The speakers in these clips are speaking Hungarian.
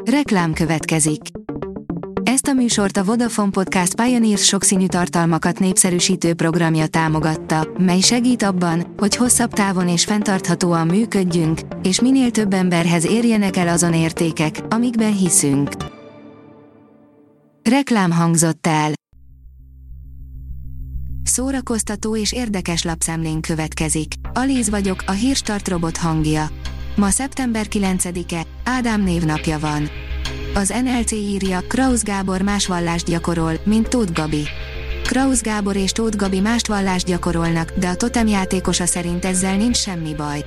Reklám következik. Ezt a műsort a Vodafone Podcast Pioneers sokszínű tartalmakat népszerűsítő programja támogatta, mely segít abban, hogy hosszabb távon és fenntarthatóan működjünk, és minél több emberhez érjenek el azon értékek, amikben hiszünk. Reklám hangzott el. Szórakoztató és érdekes lapszemlén következik. Alíz vagyok, a Hírstart robot hangja. Ma szeptember 9-e, Ádám névnapja van. Az NLC írja, Krausz Gábor más vallást gyakorol, mint Tóth Gabi. Krausz Gábor és Tóth Gabi mást vallást gyakorolnak, de a Totem játékosa szerint ezzel nincs semmi baj.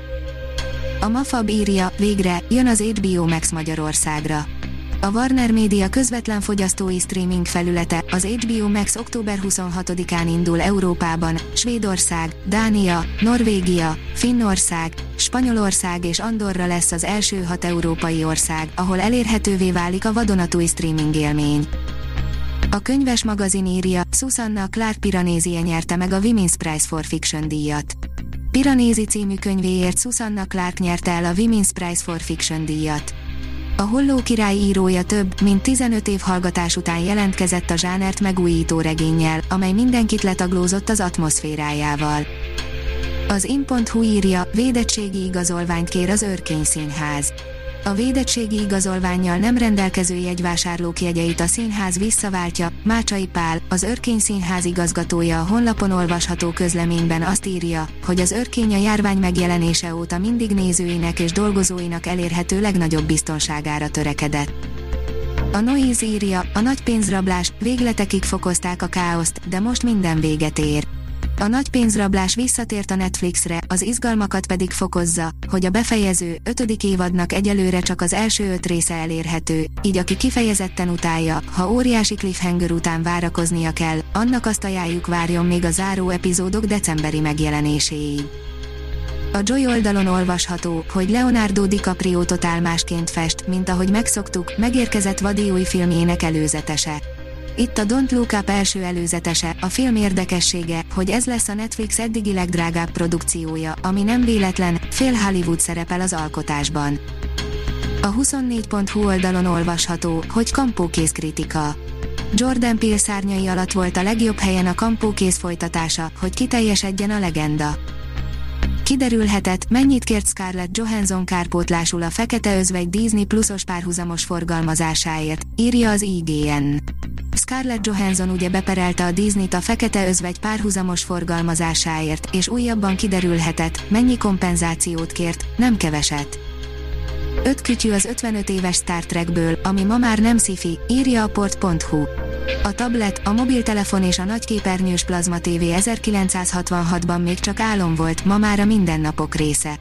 A Mafab írja, végre, jön az HBO Max Magyarországra. A Warner Media közvetlen fogyasztói streaming felülete, az HBO Max október 26-án indul Európában, Svédország, Dánia, Norvégia, Finnország, Spanyolország és Andorra lesz az első 6 európai ország, ahol elérhetővé válik a vadonatúj streaming élmény. A könyves magazin írja, Susanna Clark Piranesi nyerte meg a Women's Prize for Fiction díjat. Piranesi című könyvéért Susanna Clark nyerte el a Women's Prize for Fiction díjat. A Holló király írója több, mint 15 év hallgatás után jelentkezett a zsánert megújító regénnyel, amely mindenkit letaglózott az atmoszférájával. Az in.hu írja, védettségi igazolványt kér az Örkény Színház. A védettségi igazolvánnyal nem rendelkező jegyvásárlók jegyeit a színház visszaváltja. Mácsai Pál, az Örkény Színház igazgatója a honlapon olvasható közleményben azt írja, hogy az Örkény a járvány megjelenése óta mindig nézőinek és dolgozóinak elérhető legnagyobb biztonságára törekedett. A Noise írja, a nagy pénzrablás, végletekig fokozták a káoszt, de most minden véget ér. A nagy pénzrablás visszatért a Netflixre, az izgalmakat pedig fokozza, hogy a befejező, 5. évadnak egyelőre csak az első 5 része elérhető, így aki kifejezetten utálja, ha óriási cliffhanger után várakoznia kell, annak azt ajánljuk, várjon még a záró epizódok decemberi megjelenéséig. A Joy oldalon olvasható, hogy Leonardo DiCaprio totál másként fest, mint ahogy megszoktuk, megérkezett vadi új filmjének előzetese. Itt a Don't Look Up első előzetese, a film érdekessége, hogy ez lesz a Netflix eddigi legdrágább produkciója, ami nem véletlen, fél Hollywood szerepel az alkotásban. A 24.hu oldalon olvasható, hogy kampókész kritika. Jordan Peele szárnyai alatt volt a legjobb helyen a kampókész folytatása, hogy kiteljesedjen a legenda. Kiderülhetett, mennyit kért Scarlett Johansson kárpótlásul a Fekete Özvegy Disney Plusos párhuzamos forgalmazásáért, írja az IGN. Scarlett Johansson ugye beperelte a Disneyt a Fekete Özvegy párhuzamos forgalmazásáért, és újabban kiderülhetett, mennyi kompenzációt kért, nem keveset. 5 kütyű az 55 éves Star Trekből, ami ma már nem sci-fi, írja a port.hu. A tablet, a mobiltelefon és a nagyképernyős plazma TV 1966-ban még csak álom volt, ma már a mindennapok része.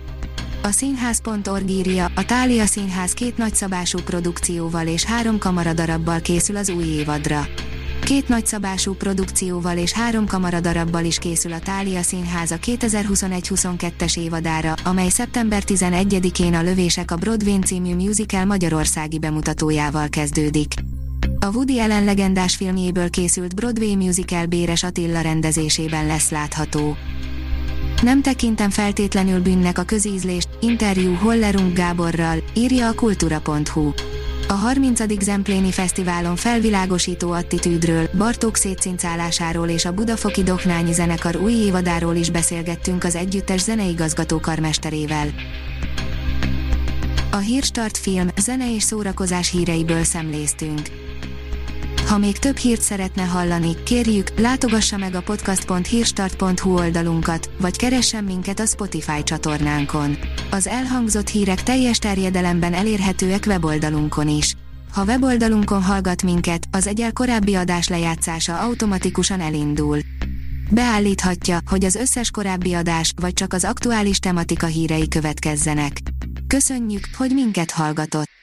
A színház.org írja, a Thália Színház 2 nagyszabású produkcióval és 3 kamaradarabbal készül az új évadra. 2 nagyszabású produkcióval és 3 kamaradarabbal is készül a Thália Színház a 2021-22-es évadára, amely szeptember 11-én a Lövések a Broadway című musical magyarországi bemutatójával kezdődik. A Woody Allen legendás filmjéből készült Broadway musical Béres Attila rendezésében lesz látható. Nem tekintem feltétlenül bűnnek a közízlést, interjú Hollerung Gáborral, írja a kultura.hu. A 30. Zempléni Fesztiválon felvilágosító attitűdről, Bartók szétszincálásáról és a Budafoki Doknányi zenekar új évadáról is beszélgettünk az együttes zeneigazgató karmesterével. A Hírstart film, zene és szórakozás híreiből szemléztünk. Ha még több hírt szeretne hallani, kérjük, látogassa meg a podcast.hírstart.hu oldalunkat, vagy keressen minket a Spotify csatornánkon. Az elhangzott hírek teljes terjedelemben elérhetőek weboldalunkon is. Ha weboldalunkon hallgat minket, az egyel korábbi adás lejátszása automatikusan elindul. Beállíthatja, hogy az összes korábbi adás, vagy csak az aktuális tematika hírei következzenek. Köszönjük, hogy minket hallgatott!